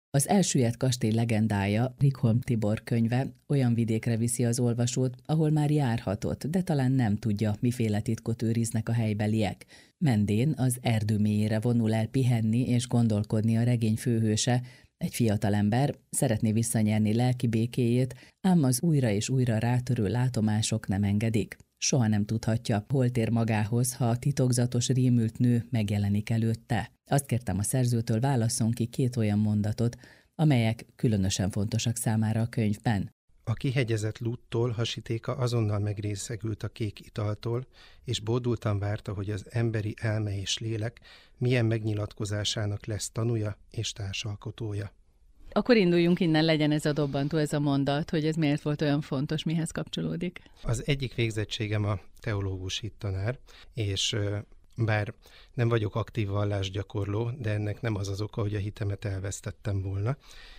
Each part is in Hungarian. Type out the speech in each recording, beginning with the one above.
Az Elsüllyedt kastély legendája, Rickholm Tibor könyve olyan vidékre viszi az olvasót, ahol már járhatott, de talán nem tudja, miféle titkot őriznek a helybeliek. Mendén az erdő mélyére vonul el pihenni és gondolkodni a regény főhőse, egy fiatalember szeretné visszanyerni lelki békéjét, ám az újra és újra rátörő látomások nem engedik. Soha nem tudhatja, hol tér magához, ha a titokzatos rémült nő megjelenik előtte. Azt kértem a szerzőtől, válasszon ki 2 olyan mondatot, amelyek különösen fontosak számára a könyvben. A kihegyezett lúttól hasítéka azonnal megrészegült a kék italtól, és bódultan várta, hogy az emberi elme és lélek milyen megnyilatkozásának lesz tanúja és társalkotója. Akkor induljunk innen, legyen ez a dobbantó, ez a mondat, hogy ez miért volt olyan fontos, mihez kapcsolódik. Az egyik végzettségem a teológus hittanár, és bár nem vagyok aktív vallásgyakorló, de ennek nem az az oka, hogy a hitemet elvesztettem volna,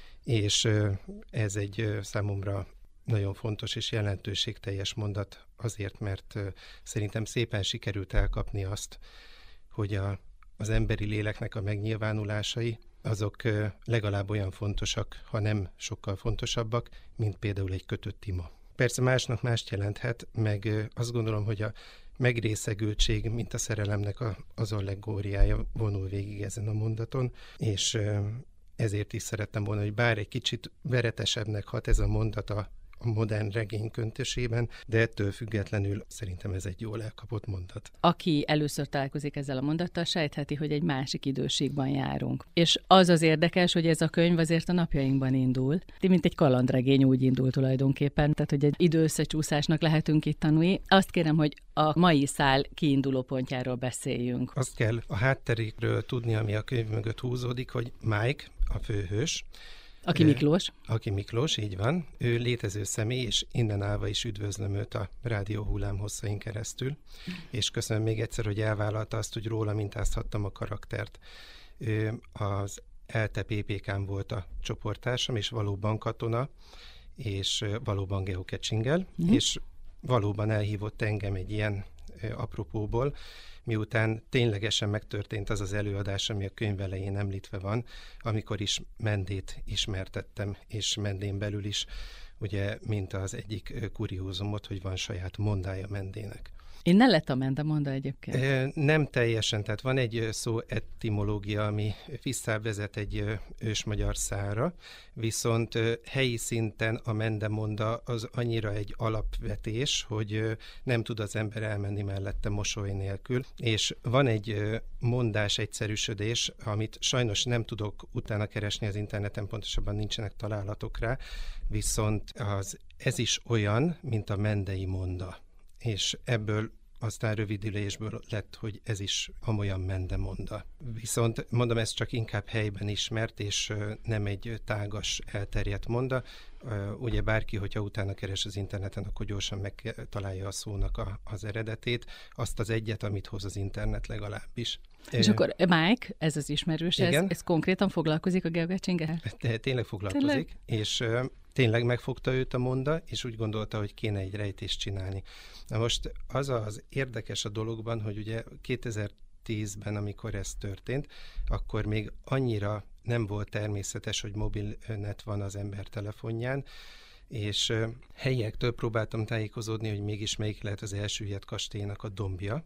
és ez egy számomra nagyon fontos és jelentőségteljes mondat azért, mert szerintem szépen sikerült elkapni azt, hogy az emberi léleknek a megnyilvánulásai, azok legalább olyan fontosak, ha nem sokkal fontosabbak, mint például egy kötött ima. Persze másnak mást jelenthet, meg azt gondolom, hogy a megrészegültség, mint a szerelemnek az allegóriája vonul végig ezen a mondaton, és ezért is szerettem volna, hogy bár egy kicsit veretesebbnek hat ez a mondat a modern regény köntösében, de ettől függetlenül szerintem ez egy jól elkapott mondat. Aki először találkozik ezzel a mondattal, sejtheti, hogy egy másik időségben járunk. És az érdekes, hogy ez a könyv azért a napjainkban indul. Mint egy kalandregény úgy indul tulajdonképpen, tehát hogy egy időösszecsúszásnak lehetünk itt tanulni. Azt kérem, hogy a mai szál kiinduló pontjáról beszéljünk. Azt kell a hátterékről tudni, ami a könyv mögött húzódik, hogy Mike, a főhős, Aki Miklós. Aki Miklós, így van. Ő létező személy, és innen állva is üdvözlöm őt a rádió hullámhosszain keresztül. És köszönöm még egyszer, hogy elvállalta azt, hogy róla mintázhattam a karaktert. Ő az ELTE PPK-n volt a csoporttársam, és valóban katona, és valóban geocachingel, és valóban elhívott engem egy ilyen apropóból, miután ténylegesen megtörtént az az előadás, ami a könyv elején említve van, amikor is Mendét ismertettem, és Mendén belül is, ugye, mint az egyik kuriózumot, hogy van saját mondája Mendének. Innen lett a Mende monda egyébként? Nem teljesen, tehát van egy szó etimológia, ami visszavezet egy ősmagyar szára, viszont helyi szinten a Mende monda az annyira egy alapvetés, hogy nem tud az ember elmenni mellette mosoly nélkül, és van egy mondás egyszerűsödés, amit sajnos nem tudok utána keresni az interneten, pontosabban nincsenek találatok rá, viszont ez is olyan, mint a mendei monda. És ebből aztán rövidülésből lett, hogy ez is amolyan Mende monda. Viszont mondom, ez csak inkább helyben ismert, és nem egy tágas, elterjedt monda. Ugye bárki, hogyha utána keres az interneten, akkor gyorsan megtalálja a szónak az eredetét, azt az egyet, amit hoz az internet legalábbis. És akkor Mike, ez az ismerős, ez konkrétan foglalkozik a geocaching-el? Tényleg foglalkozik, és tényleg megfogta őt a monda, és úgy gondolta, hogy kéne egy rejtést csinálni. Na most az érdekes a dologban, hogy ugye 2010-ben, amikor ez történt, akkor még annyira nem volt természetes, hogy mobilnet van az ember telefonján, és helyiektől próbáltam tájékozódni, hogy mégis melyik lehet az Elsüllyedt kastélynak a dombja,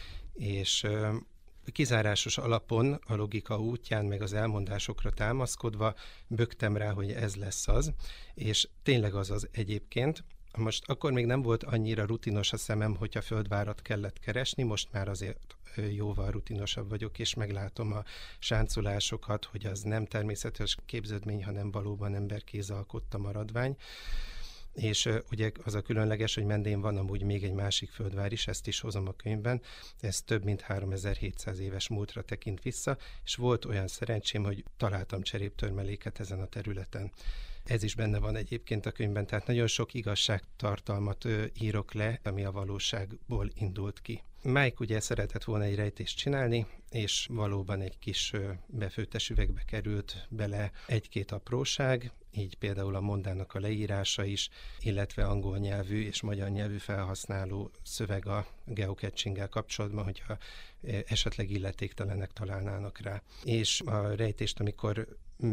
és kizárásos alapon, a logika útján, meg az elmondásokra támaszkodva böktem rá, hogy ez lesz az, és tényleg az egyébként. Most akkor még nem volt annyira rutinos a szemem, hogyha földvárat kellett keresni, most már azért jóval rutinosabb vagyok, és meglátom a sáncolásokat, hogy az nem természetes képződmény, hanem valóban emberkéz alkotta maradvány. És ugye az a különleges, hogy Mendén van amúgy még egy másik földvár is, ezt is hozom a könyvben, ez több mint 3700 éves múltra tekint vissza, és volt olyan szerencsém, hogy találtam cseréptörmeléket ezen a területen. Ez is benne van egyébként a könyvben, tehát nagyon sok igazságtartalmat írok le, ami a valóságból indult ki. Mike ugye szeretett volna egy rejtést csinálni, és valóban egy kis befőttes üvegbe került bele egy-két apróság, így például a mondának a leírása is, illetve angol nyelvű és magyar nyelvű felhasználó szöveg a geocaching-gel kapcsolatban, hogyha esetleg illetéktelenek találnának rá. És a rejtést, amikor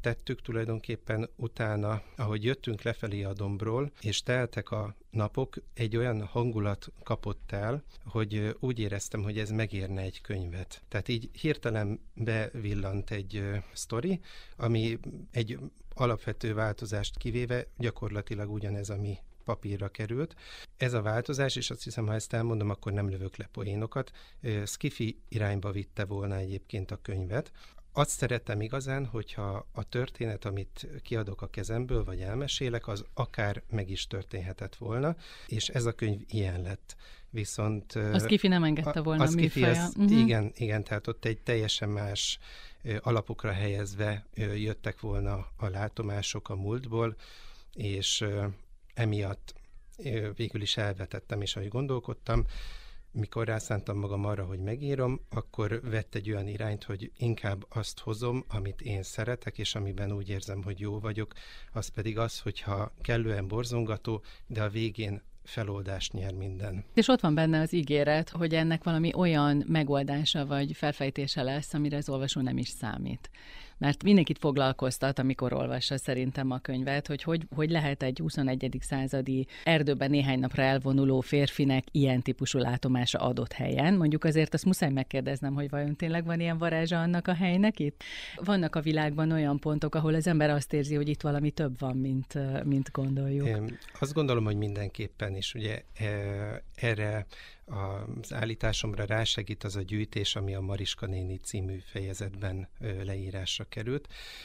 tettük tulajdonképpen utána, ahogy jöttünk lefelé a dombról, és teltek a napok, egy olyan hangulat kapott el, hogy úgy éreztem, hogy ez megérne egy könyvet. Tehát így hirtelen bevillant egy sztori, ami egy alapvető változást kivéve gyakorlatilag ugyanez, ami papírra került. Ez a változás, és azt hiszem, ha ezt elmondom, akkor nem lövök le poénokat, sci-fi irányba vitte volna egyébként a könyvet. Azt szeretem igazán, hogyha a történet, amit kiadok a kezemből, vagy elmesélek, az akár meg is történhetett volna, és ez a könyv ilyen lett. Viszont... A sci-fi nem engedte volna a műfaja. Igen, tehát ott egy teljesen más alapokra helyezve jöttek volna a látomások a múltból, és emiatt végül is elvetettem, és ahogy gondolkodtam, mikor rászántam magam arra, hogy megírom, akkor vett egy olyan irányt, hogy inkább azt hozom, amit én szeretek, és amiben úgy érzem, hogy jó vagyok, az pedig az, hogyha kellően borzongató, de a végén feloldást nyer minden. És ott van benne az ígéret, hogy ennek valami olyan megoldása vagy felfejtése lesz, amire az olvasó nem is számít. Mert mindenkit foglalkoztat, amikor olvassa szerintem a könyvet, hogy lehet egy 21. századi erdőben néhány napra elvonuló férfinek ilyen típusú látomása adott helyen. Mondjuk azért azt muszáj megkérdeznem, hogy vajon tényleg van ilyen varázsa annak a helynek itt? Vannak a világban olyan pontok, ahol az ember azt érzi, hogy itt valami több van, mint gondoljuk. Én azt gondolom, hogy mindenképpen is. Ugye erre az állításomra rásegít az a gyűjtés, ami a Mariska néni című fejezetben leírásra került.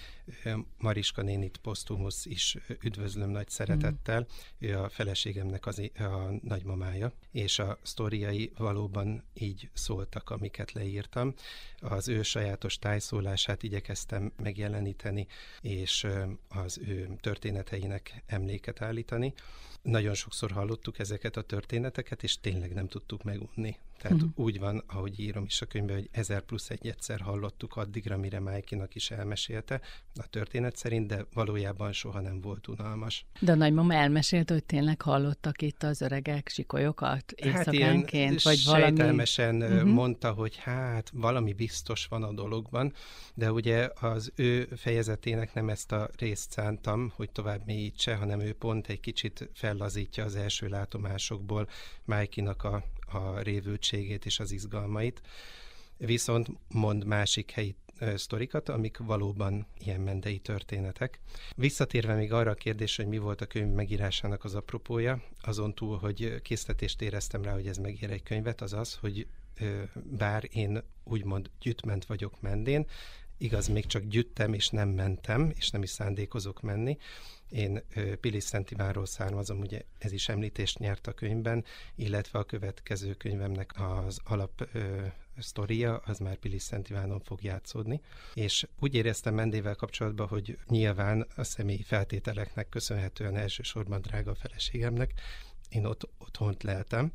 Mariska nénit posztumusz is üdvözlöm nagy szeretettel. Ő a feleségemnek a nagymamája, és a sztoriai valóban így szóltak, amiket leírtam. Az ő sajátos tájszólását igyekeztem megjeleníteni, és az ő történeteinek emléket állítani. Nagyon sokszor hallottuk ezeket a történeteket, és tényleg nem tudtuk megunni. Tehát úgy van, ahogy írom is a könyvben, hogy 1000+1 egyszer hallottuk addigra, mire Májkinak is elmesélte a történet szerint, de valójában soha nem volt unalmas. De a nagymama elmesélte, hogy tényleg hallottak itt az öregek sikolyokat éjszakánként, vagy valami? Sejtelmesen mondta, hogy hát valami biztos van a dologban, de ugye az ő fejezetének nem ezt a részt szántam, hogy tovább mélyítse, hanem ő pont egy kicsit fellazítja az első látomásokból Májkinak a révültségét és az izgalmait. Viszont mond másik helyi sztorikat, amik valóban ilyen mendei történetek. Visszatérve még arra a kérdésre, hogy mi volt a könyv megírásának az apropója, azon túl, hogy késztetést éreztem rá, hogy ez megír egy könyvet, az az, hogy bár én úgymond gyüttment vagyok Mendén, igaz, még csak gyüttem és nem mentem, és nem is szándékozok menni. Én Pilis-Szent Ivánról származom, ugye ez is említést nyert a könyvben, illetve a következő könyvemnek az alap sztoria, az már Pilis-Szent Ivánon fog játszódni. És úgy éreztem Mendével kapcsolatban, hogy nyilván a személyi feltételeknek köszönhetően elsősorban drága feleségemnek, én ott otthont leltem,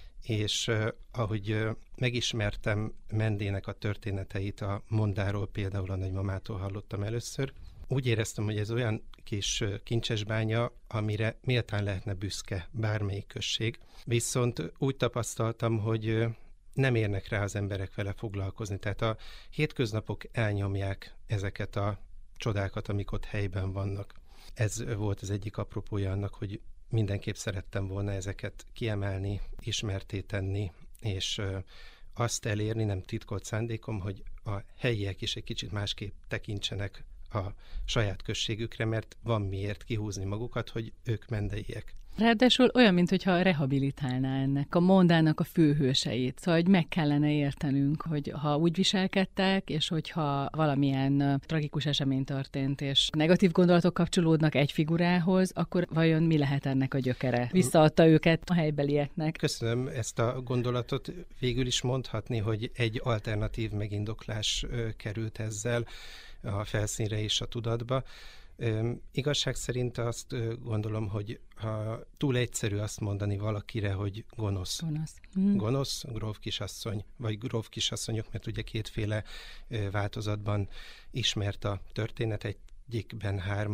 és ahogy megismertem Mendének a történeteit, a Mondáról például a nagymamától hallottam először, úgy éreztem, hogy ez olyan kis kincses bánya, amire méltán lehetne büszke bármelyik község. Viszont úgy tapasztaltam, hogy nem érnek rá az emberek vele foglalkozni. Tehát a hétköznapok elnyomják ezeket a csodákat, amik ott helyben vannak. Ez volt az egyik apropója annak, hogy mindenképp szerettem volna ezeket kiemelni, ismertté tenni, és azt elérni, nem titkolt szándékom, hogy a helyiek is egy kicsit másképp tekintsenek a saját községükre, mert van miért kihúzni magukat, hogy ők mendeiek. Ráadásul olyan, mintha rehabilitálná ennek a mondának a főhőseit. Szóval, hogy meg kellene értenünk, hogy ha úgy viselkedtek, és hogyha valamilyen tragikus esemény történt, és negatív gondolatok kapcsolódnak egy figurához, akkor vajon mi lehet ennek a gyökere? Visszaadta őket a helybelieknek. Köszönöm ezt a gondolatot. Végül is mondhatni, hogy egy alternatív megindoklás került ezzel a felszínre és a tudatba. Igazság szerint azt gondolom, hogy túl egyszerű azt mondani valakire, hogy gonosz. Gonosz, grófkisasszony, vagy grófkisasszonyok, mert ugye kétféle változatban ismert a történet, egyikben hárman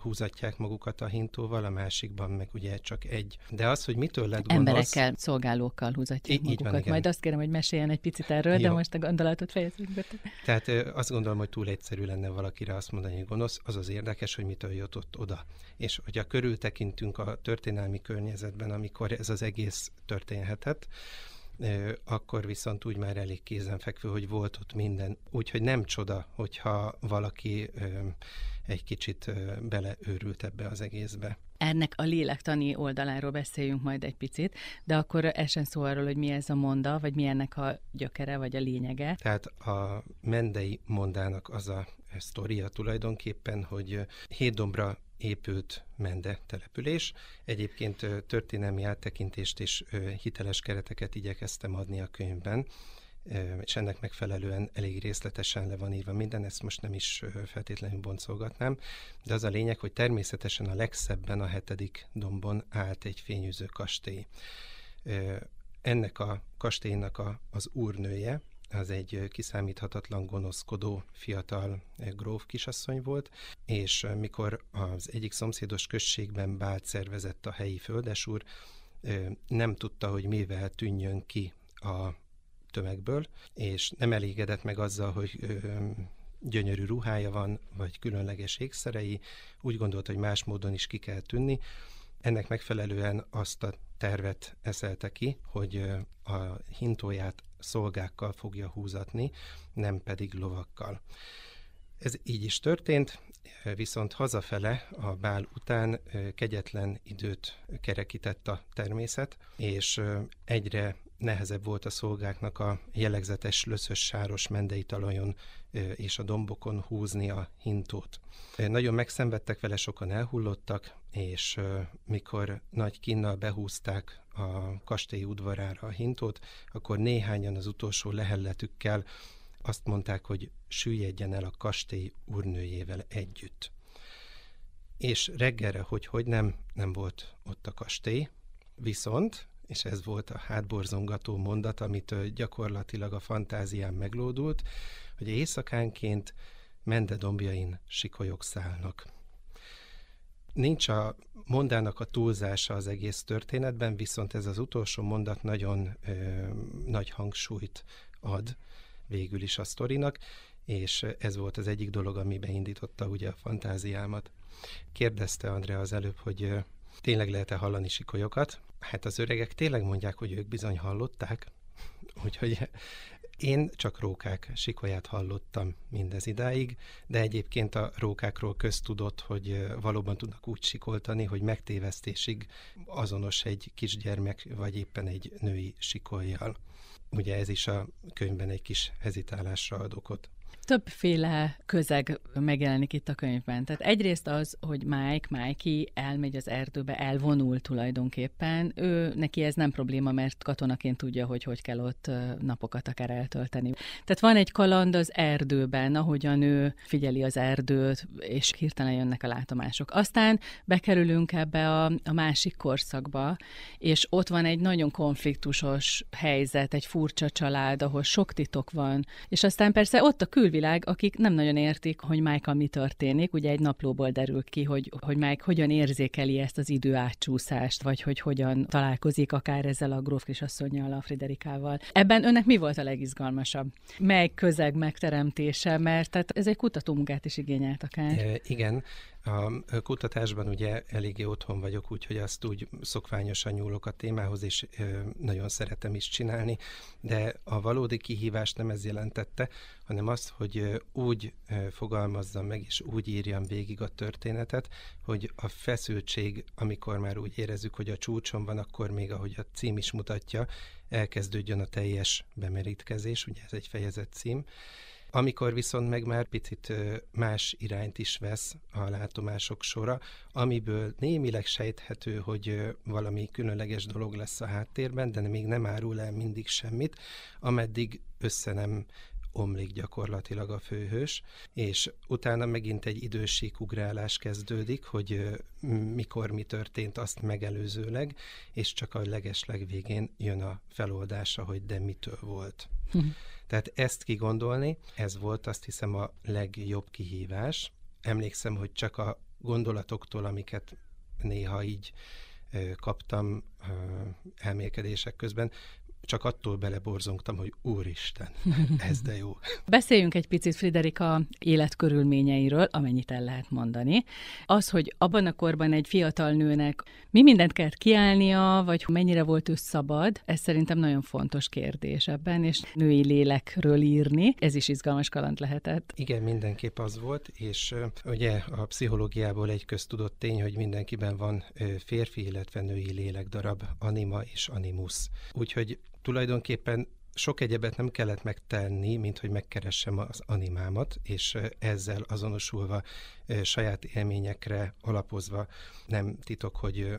húzatják magukat a hintóval, a másikban meg ugye csak egy. De az, hogy mitől lett gonosz... Emberekkel, szolgálókkal húzatják magukat. Van, majd azt kérem, hogy meséljen egy picit erről, de most a gondolatot fejezzük be. Tehát azt gondolom, hogy túl egyszerű lenne valakire azt mondani, hogy gonosz, az az érdekes, hogy mitől jutott oda. És hogyha körültekintünk a történelmi környezetben, amikor ez az egész történhetett, akkor viszont úgy már elég kézenfekvő, hogy volt ott minden. Úgyhogy nem csoda, hogyha valaki egy kicsit beleőrült ebbe az egészbe. Ennek a lélektani oldaláról beszéljünk majd egy picit, de akkor essen szó arról, hogy mi ez a monda, vagy mi ennek a gyökere, vagy a lényege. Tehát a mendei mondának az a sztoria tulajdonképpen, hogy Hétdombra épült mende település. Egyébként történelmi áttekintést és hiteles kereteket igyekeztem adni a könyvben, és ennek megfelelően elég részletesen le van írva minden, ezt most nem is feltétlenül boncolgatnám, de az a lényeg, hogy természetesen a legszebben a 7. dombon állt egy fényűző kastély. Ennek a kastélynak az úrnője, az egy kiszámíthatatlan, gonoszkodó fiatal gróf kisasszony volt, és mikor az egyik szomszédos községben bált szervezett a helyi földesúr, nem tudta, hogy mivel tűnjön ki a tömegből, és nem elégedett meg azzal, hogy gyönyörű ruhája van, vagy különleges ékszerei, úgy gondolta, hogy más módon is ki kell tűnni. Ennek megfelelően azt a tervet eszelte ki, hogy a hintóját szolgákkal fogja húzatni, nem pedig lovakkal. Ez így is történt, viszont hazafele a bál után kegyetlen időt kerekített a természet, és egyre nehezebb volt a szolgáknak a jellegzetes löszös sáros mendei talajon és a dombokon húzni a hintót. Nagyon megszenvedtek vele, sokan elhullottak, és mikor nagy kínnal behúzták a kastély udvarára a hintót, akkor néhányan az utolsó lehelletükkel azt mondták, hogy süllyedjen el a kastély úrnőjével együtt. És reggelre, hogy nem volt ott a kastély, viszont, és ez volt a hátborzongató mondat, amitől gyakorlatilag a fantáziám meglódult, hogy éjszakánként mende dombjain sikolyok szállnak. Nincs a mondának a túlzása az egész történetben, viszont ez az utolsó mondat nagyon nagy hangsúlyt ad végül is a sztorinak, és ez volt az egyik dolog, ami beindította ugye a fantáziámat. Kérdezte Andrea az előbb, hogy tényleg lehet-e hallani sikolyokat? Hát az öregek tényleg mondják, hogy ők bizony hallották, úgyhogy én csak rókák sikolyát hallottam mindez idáig, de egyébként a rókákról köztudott, hogy valóban tudnak úgy sikoltani, hogy megtévesztésig azonos egy kisgyermek, vagy éppen egy női sikollyal. Ugye ez is a könyvben egy kis hezitálásra ad okot. Többféle közeg megjelenik itt a könyvben. Tehát egyrészt az, hogy Mikey elmegy az erdőbe, elvonul tulajdonképpen. Neki ez nem probléma, mert katonaként tudja, hogy kell ott napokat akár eltölteni. Tehát van egy kaland az erdőben, ahogyan ő figyeli az erdőt, és hirtelen jönnek a látomások. Aztán bekerülünk ebbe a másik korszakba, és ott van egy nagyon konfliktusos helyzet, egy furcsa család, ahol sok titok van, és aztán persze ott a külvilág, akik nem nagyon értik, hogy Mike mi történik. Ugye egy naplóból derül ki, hogy Mike hogyan érzékeli ezt az idő átcsúszást, vagy hogy hogyan találkozik akár ezzel a gróf kisasszonnyal, a Friderikával. Ebben önnek mi volt a legizgalmasabb? Mely közeg megteremtése, mert tehát ez egy kutatómunkát is igényelt akár. Igen. A kutatásban ugye eléggé otthon vagyok, úgyhogy azt úgy szokványosan nyúlok a témához, és nagyon szeretem is csinálni, de a valódi kihívást nem ez jelentette, hanem azt, hogy úgy fogalmazzam meg, és úgy írjam végig a történetet, hogy a feszültség, amikor már úgy érezzük, hogy a csúcson van, akkor még, ahogy a cím is mutatja, elkezdődjön a teljes bemerítkezés, ugye ez egy fejezet cím. Amikor viszont meg már picit más irányt is vesz a látomások sora, amiből némileg sejthető, hogy valami különleges dolog lesz a háttérben, de még nem árul el mindig semmit, ameddig össze nem omlik gyakorlatilag a főhős, és utána megint egy idősíkugrálás kezdődik, hogy mikor mi történt azt megelőzőleg, és csak a legeslegvégén jön a feloldása, hogy de mitől volt. Tehát ezt kigondolni, ez volt azt hiszem a legjobb kihívás. Emlékszem, hogy csak a gondolatoktól, amiket néha így kaptam elmélkedések közben, csak attól beleborzongtam, hogy úristen, ez de jó. Beszéljünk egy picit Friderika életkörülményeiről, amennyit el lehet mondani. Az, hogy abban a korban egy fiatal nőnek mi mindent kellett kiállnia, vagy mennyire volt ő szabad, ez szerintem nagyon fontos kérdés ebben, és női lélekről írni, ez is izgalmas kaland lehetett. Igen, mindenképp az volt, és ugye a pszichológiából egy köztudott tény, hogy mindenkiben van férfi, illetve női lélekdarab, anima és animus. Úgyhogy tulajdonképpen sok egyebet nem kellett megtenni, mint hogy megkeressem az animámat, és ezzel azonosulva, saját élményekre alapozva nem titok, hogy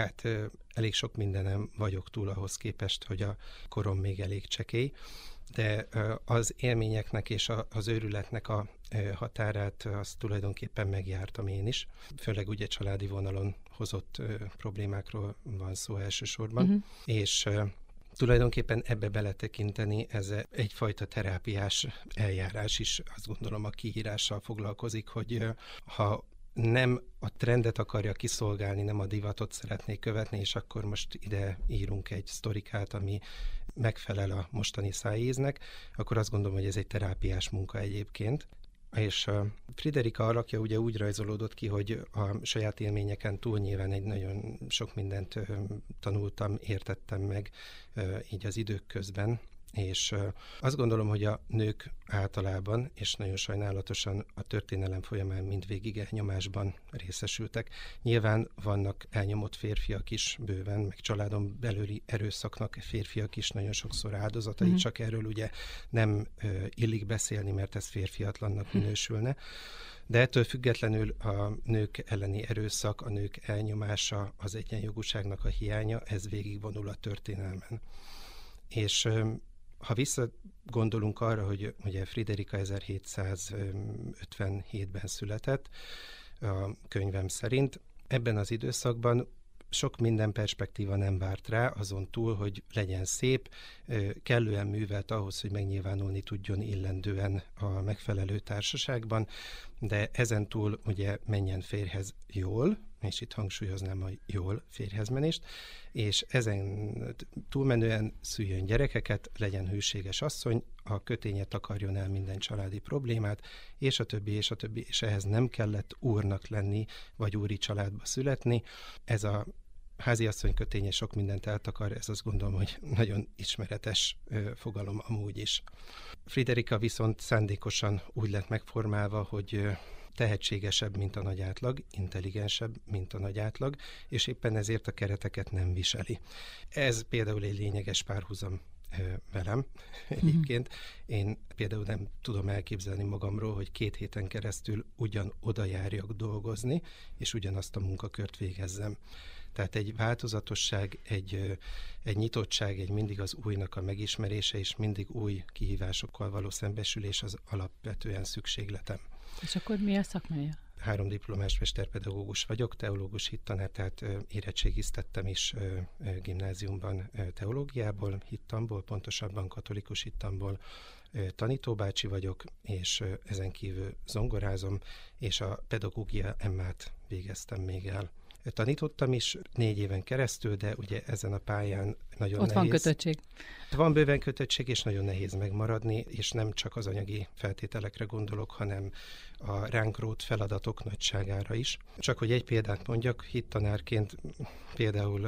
elég sok mindenem vagyok túl ahhoz képest, hogy a korom még elég csekély, de az élményeknek és az őrületnek a határát azt tulajdonképpen megjártam én is. Főleg ugye családi vonalon hozott problémákról van szó elsősorban, és tulajdonképpen ebbe beletekinteni, ez egyfajta terápiás eljárás is, azt gondolom, a kiírással foglalkozik, hogy ha nem a trendet akarja kiszolgálni, nem a divatot szeretné követni, és akkor most ide írunk egy sztorikát, ami megfelel a mostani szájíznek, akkor azt gondolom, hogy ez egy terápiás munka egyébként. És Friderika alakja ugye úgy rajzolódott ki, hogy a saját élményeken túl nyilván egy nagyon sok mindent tanultam, értettem meg így az idők közben, és azt gondolom, hogy a nők általában, és nagyon sajnálatosan a történelem folyamán mindvégig elnyomásban részesültek. Nyilván vannak elnyomott férfiak is bőven, meg családon belüli erőszaknak férfiak is nagyon sokszor áldozatai, csak erről ugye nem illik beszélni, mert ez férfiatlannak minősülne. De ettől függetlenül a nők elleni erőszak, a nők elnyomása, az egyenjogúságnak a hiánya, ez végigvonul a történelmen. És ha visszagondolunk arra, hogy ugye Friderika 1757-ben született, a könyvem szerint, ebben az időszakban sok minden perspektíva nem várt rá, azon túl, hogy legyen szép, kellően művelt ahhoz, hogy megnyilvánulni tudjon illendően a megfelelő társaságban, de ezen túl ugye menjen férjhez jól, és itt hangsúlyoznám a jól férjhezmenést, és ezen túlmenően szüljön gyerekeket, legyen hűséges asszony, a köténye takarjon el minden családi problémát, és a többi, és ehhez nem kellett úrnak lenni, vagy úri családba születni. Ez a háziasszony köténye sok mindent eltakar, ez azt gondolom, hogy nagyon ismeretes fogalom amúgy is. Friderika viszont szándékosan úgy lett megformálva, hogy tehetségesebb, mint a nagy átlag, intelligensebb, mint a nagy átlag, és éppen ezért a kereteket nem viseli. Ez például egy lényeges párhuzam velem egyébként. Én például nem tudom elképzelni magamról, hogy 2 héten keresztül ugyan oda járjak dolgozni, és ugyanazt a munkakört végezzem. Tehát egy változatosság, egy nyitottság, egy mindig az újnak a megismerése, és mindig új kihívásokkal való szembesülés az alapvetően szükségletem. És akkor mi a szakmája? 3 diplomás mesterpedagógus vagyok, teológus hittanár, tehát érettségiztettem is gimnáziumban teológiából, hittamból, pontosabban katolikus hittamból, tanítóbácsi vagyok, és ezen kívül zongorázom, és a pedagógia MA-t végeztem még el. Tanítottam is 4 éven keresztül, de ugye ezen a pályán nagyon Ott nehéz. van kötöttség. Van bőven kötöttség, és nagyon nehéz megmaradni, és nem csak az anyagi feltételekre gondolok, hanem a ránk rótt feladatok nagyságára is. Csak hogy egy példát mondjak, hittanárként például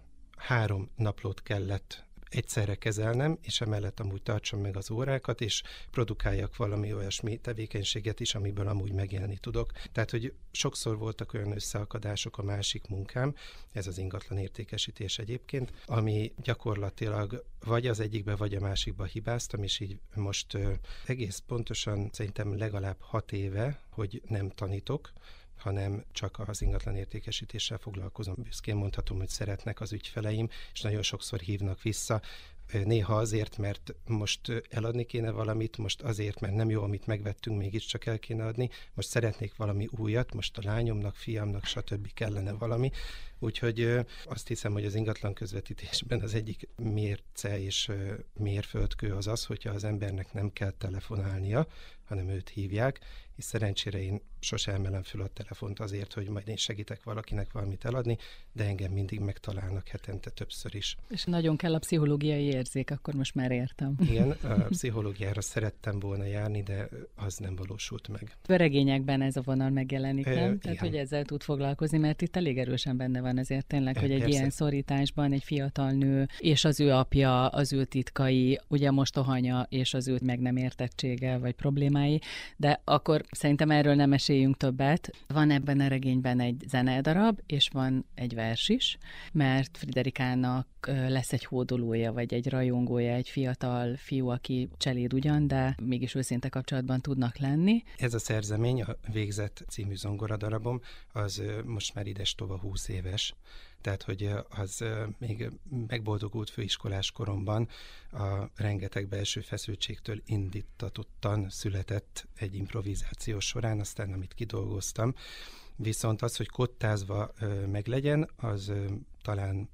3 naplót kellett egyszerre kezelnem, és emellett amúgy tartsam meg az órákat, és produkáljak valami olyasmi tevékenységet is, amiből amúgy megélni tudok. Tehát, hogy sokszor voltak olyan összeakadások a másik munkám, ez az ingatlan értékesítés egyébként, ami gyakorlatilag vagy az egyikbe, vagy a másikba hibáztam, és így most egész pontosan szerintem legalább 6 éve, hogy nem tanítok, hanem csak az ingatlan értékesítéssel foglalkozom. Büszkén mondhatom, hogy szeretnek az ügyfeleim, és nagyon sokszor hívnak vissza. Néha azért, mert most eladni kéne valamit, most azért, mert nem jó, amit megvettünk, mégiscsak el kéne adni, most szeretnék valami újat, most a lányomnak, fiamnak, stb. Kellene valami. Úgyhogy azt hiszem, hogy az ingatlan közvetítésben az egyik mérce és mérföldkő az az, hogyha az embernek nem kell telefonálnia, hanem őt hívják, és szerencsére én sosem emelem föl a telefont azért, hogy majd én segítek valakinek valamit eladni, de engem mindig megtalálnak hetente többször is. És nagyon kell a pszichológiai érzék, akkor most már értem. Igen, a pszichológiára szerettem volna járni, de az nem valósult meg. A regényekben ez a vonal megjelenik, nem? Tehát, Igen. hogy ezzel tud foglalkozni, mert itt elég erősen benne van ezért tényleg, hogy egy Persze. ilyen szorításban egy fiatal nő, és az ő apja, az ő titkai, ugye mostohanya, és az ő meg nem értettsége, vagy problémái, de akkor szerintem erről nem esélyünk többet. Van ebben a regényben egy zenedarab, és van egy vers is, mert Friderikának lesz egy hódolója, vagy egy rajongója, egy fiatal fiú, aki cseléd ugyan, de mégis őszinte kapcsolatban tudnak lenni. Ez a szerzemény, a Végzet című zongoradarabom, az most már idestova 20 éves, tehát hogy az még megboldogult főiskolás koromban a rengeteg belső feszültségtől indítatottan született egy improvizáció során, aztán amit kidolgoztam. Viszont az, hogy kottázva meglegyen, az talán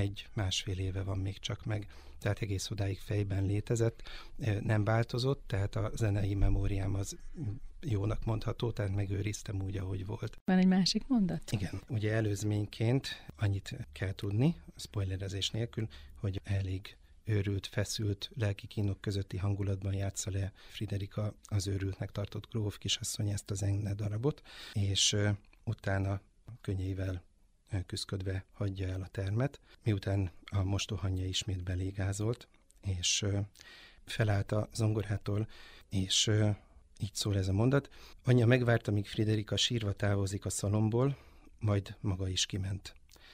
1-1,5 éve van még csak meg. Tehát egész odáig fejben létezett, nem változott, tehát a zenei memóriám az jónak mondható, tehát megőriztem úgy, ahogy volt. Van egy másik mondat? Igen, ugye előzményként annyit kell tudni, spoilerezés nélkül, hogy elég őrült, feszült, lelki kínok közötti hangulatban játsza le Friderika az őrültnek tartott gróf kisasszony ezt a zene darabot, és utána könnyeivel küszködve hagyja el a termet, miután a mostohanyja ismét belégázolt, és felállt a zongorától, és így szól ez a mondat. Anyja megvárta, míg Friderika sírva távozik a szalomból, majd maga is kiment.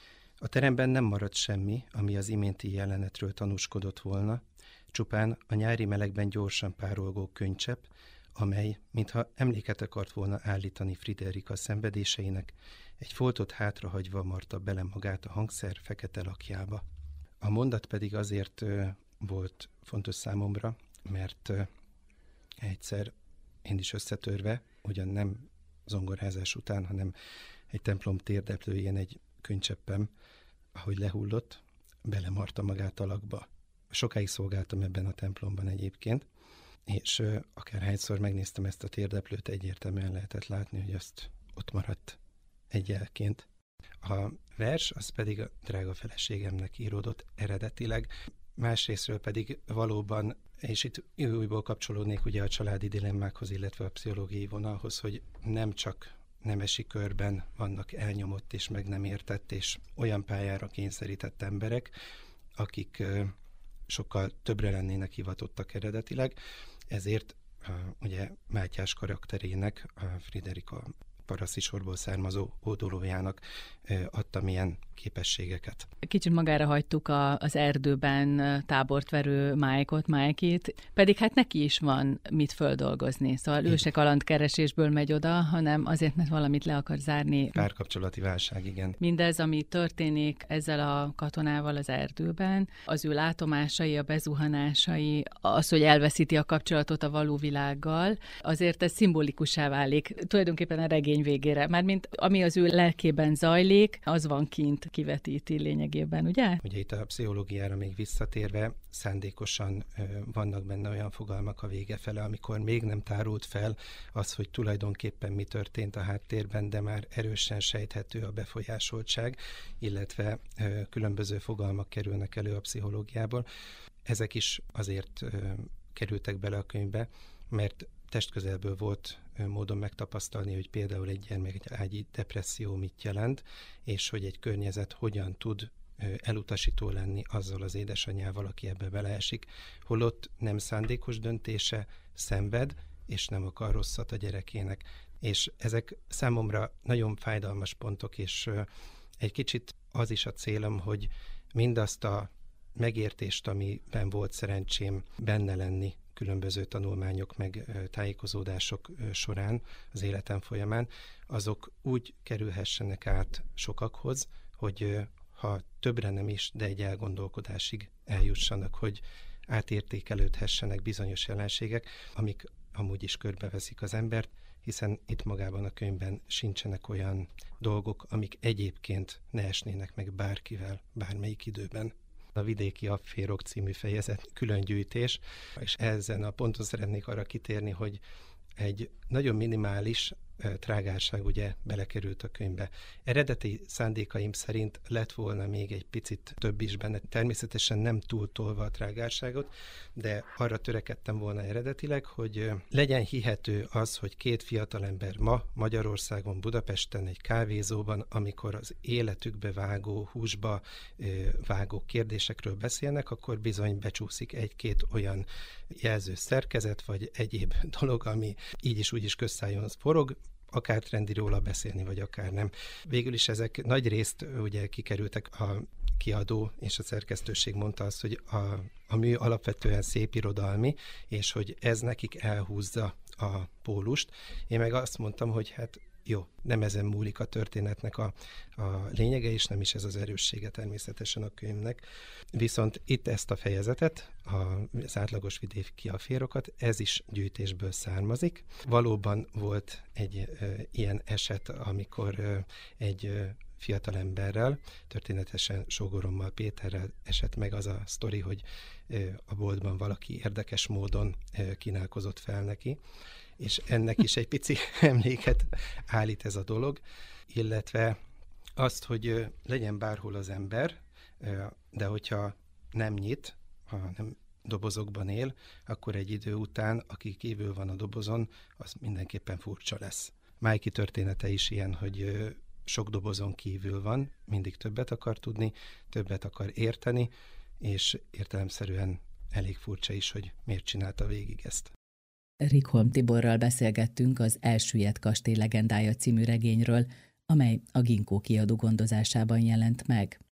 A teremben nem maradt semmi, ami az iménti jelenetről tanúskodott volna, csupán a nyári melegben gyorsan párolgó könycsepp, amely, mintha emléket akart volna állítani Friderika szenvedéseinek, egy foltot hátrahagyva marta bele magát a hangszer fekete lakjába. A mondat pedig azért volt fontos számomra, mert egyszer én is összetörve, ugyan nem zongorázás után, hanem egy templom térdeplőjén egy könycseppem, ahogy lehullott, belemarta magát a lakba. Sokáig szolgáltam ebben a templomban egyébként, és akárhányszor megnéztem ezt a térdeplőt, egyértelműen lehetett látni, hogy azt ott maradt egy jelként. A vers, az pedig a drága feleségemnek íródott eredetileg, másrésztről pedig valóban, és itt újból kapcsolódnék ugye a családi dilemmákhoz, illetve a pszichológiai vonalhoz, hogy nem csak nemesi körben vannak elnyomott és meg nem értett, és olyan pályára kényszerített emberek, akik sokkal többre lennének hivatottak eredetileg, ezért ugye Mátyás karakterének, a Friderika paraszti sorból származó hódolójának adtam ilyen képességeket. Kicsit magára hagytuk az erdőben tábort verő Májkit, pedig hát neki is van mit földolgozni. Szóval ő se kalandkeresésből megy oda, hanem azért, mert valamit le akar zárni. Párkapcsolati válság, igen. Mindez, ami történik ezzel a katonával az erdőben, az ő látomásai, a bezuhanásai, az, hogy elveszíti a kapcsolatot a való világgal, azért ez szimbolikussá válik. Tulajdonképpen a regény végére. Mármint ami az ő lelkében zajlik, az van kint, kivetíti lényegében, ugye? Ugye itt a pszichológiára még visszatérve, szándékosan vannak benne olyan fogalmak a vége fele, amikor még nem tárult fel az, hogy tulajdonképpen mi történt a háttérben, de már erősen sejthető a befolyásoltság, illetve különböző fogalmak kerülnek elő a pszichológiából. Ezek is azért kerültek bele a könyvbe, mert testközelből volt módon megtapasztalni, hogy például egy gyermekágyi depresszió mit jelent, és hogy egy környezet hogyan tud elutasító lenni azzal az édesanyjával, aki ebbe beleesik, holott nem szándékos döntése, szenved, és nem akar rosszat a gyerekének. És ezek számomra nagyon fájdalmas pontok, és egy kicsit az is a célom, hogy mindazt a megértést, amiben volt szerencsém benne lenni különböző tanulmányok meg tájékozódások során az életem folyamán, azok úgy kerülhessenek át sokakhoz, hogy ha többre nem is, de egy elgondolkodásig eljussanak, hogy átértékelődhessenek bizonyos jelenségek, amik amúgy is körbeveszik az embert, hiszen itt magában a könyvben sincsenek olyan dolgok, amik egyébként ne esnének meg bárkivel, bármelyik időben. A Vidéki Afférok című fejezet külön gyűjtés, és ezen a ponton szeretnék arra kitérni, hogy egy nagyon minimális trágárság ugye belekerült a könyvbe. Eredeti szándékaim szerint lett volna még egy picit több is benne, természetesen nem túltolva a trágárságot, de arra törekedtem volna eredetileg, hogy legyen hihető az, hogy két fiatalember ma Magyarországon, Budapesten, egy kávézóban, amikor az életükbe vágó, húsba vágó kérdésekről beszélnek, akkor bizony becsúszik egy-két olyan jelző szerkezet, vagy egyéb dolog, ami így is úgy is közszájon forog, akár trendi róla beszélni, vagy akár nem. Végül is ezek nagy részt ugye kikerültek, a kiadó és a szerkesztőség mondta azt, hogy a mű alapvetően szépirodalmi, és hogy ez nekik elhúzza a pólust. Én meg azt mondtam, hogy hát jó, nem ezen múlik a történetnek a lényege, és nem is ez az erőssége természetesen a könyvnek. Viszont itt ezt a fejezetet, az átlagos vidéki aférokat, ez is gyűjtésből származik. Valóban volt egy ilyen eset, amikor egy fiatalemberrel, történetesen sógorommal, Péterrel esett meg az a sztori, hogy a boltban valaki érdekes módon kínálkozott fel neki, és ennek is egy pici emléket állít ez a dolog, illetve azt, hogy legyen bárhol az ember, de hogyha nem nyit, ha nem dobozokban él, akkor egy idő után, aki kívül van a dobozon, az mindenképpen furcsa lesz. Májki története is ilyen, hogy sok dobozon kívül van, mindig többet akar tudni, többet akar érteni, és értelemszerűen elég furcsa is, hogy miért csinálta végig ezt. Rikholm Tiborral beszélgettünk az Elsüllyedt kastély legendája című regényről, amely a Ginkgo kiadó gondozásában jelent meg.